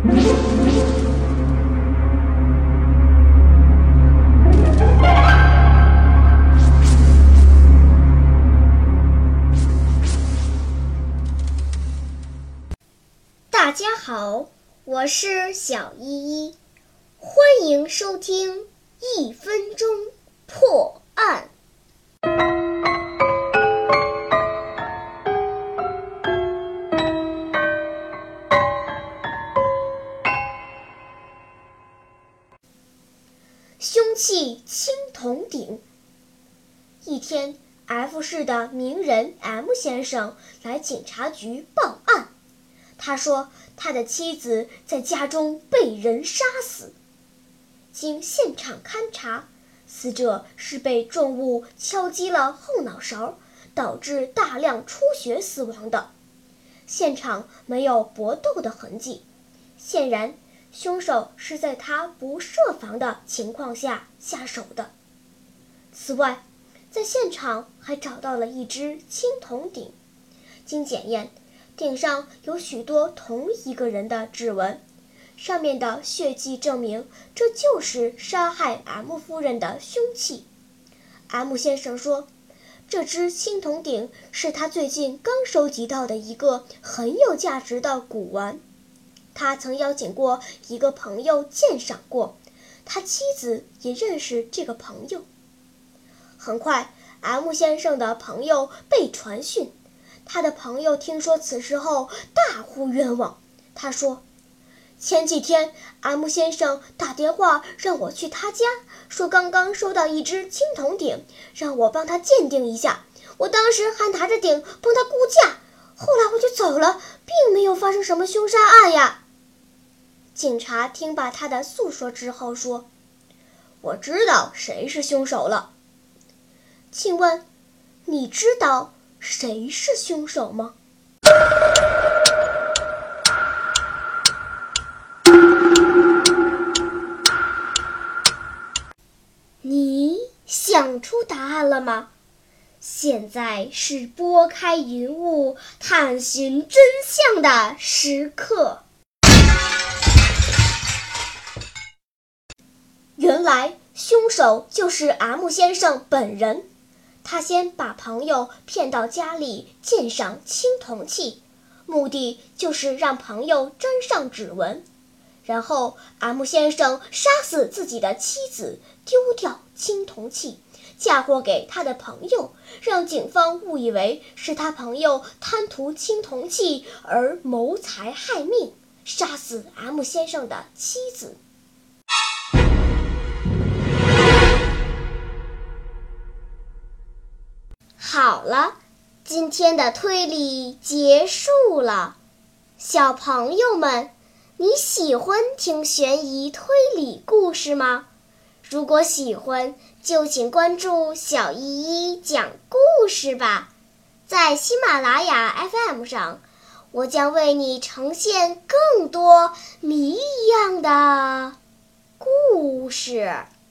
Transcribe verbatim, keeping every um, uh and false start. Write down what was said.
大家好，我是小依依，欢迎收听一分钟破案。凶器青铜鼎。一天 F 市的名人 M 先生来警察局报案，他说他的妻子在家中被人杀死。经现场勘查，死者是被重物敲击了后脑勺，导致大量出血死亡的。现场没有搏斗的痕迹，显然凶手是在他不设防的情况下下手的。此外，在现场还找到了一只青铜鼎，经检验，鼎上有许多同一个人的指纹，上面的血迹证明这就是杀害 M 夫人的凶器。M 先生说，这只青铜鼎是他最近刚收集到的一个很有价值的古玩，他曾邀请过一个朋友鉴赏过，他妻子也认识这个朋友。很快 M 先生的朋友被传讯，他的朋友听说此事后大呼冤枉。他说，前几天 M 先生打电话让我去他家，说刚刚收到一只青铜鼎，让我帮他鉴定一下。我当时还拿着鼎帮他估价，后来我就走了，并没有发生什么凶杀案呀。警察听罢他的诉说之后说，我知道谁是凶手了。请问你知道谁是凶手吗？你想出答案了吗？现在是拨开云雾探寻真相的时刻。原来凶手就是 M 先生本人。他先把朋友骗到家里鉴赏青铜器，目的就是让朋友沾上指纹。然后 M 先生杀死自己的妻子，丢掉青铜器，嫁祸给他的朋友，让警方误以为是他朋友贪图青铜器而谋财害命，杀死 M 先生的妻子。好了，今天的推理结束了。小朋友们，你喜欢听悬疑推理故事吗？如果喜欢，就请关注小依依讲故事吧。在喜马拉雅 F M 上，我将为你呈现更多谜一样的故事。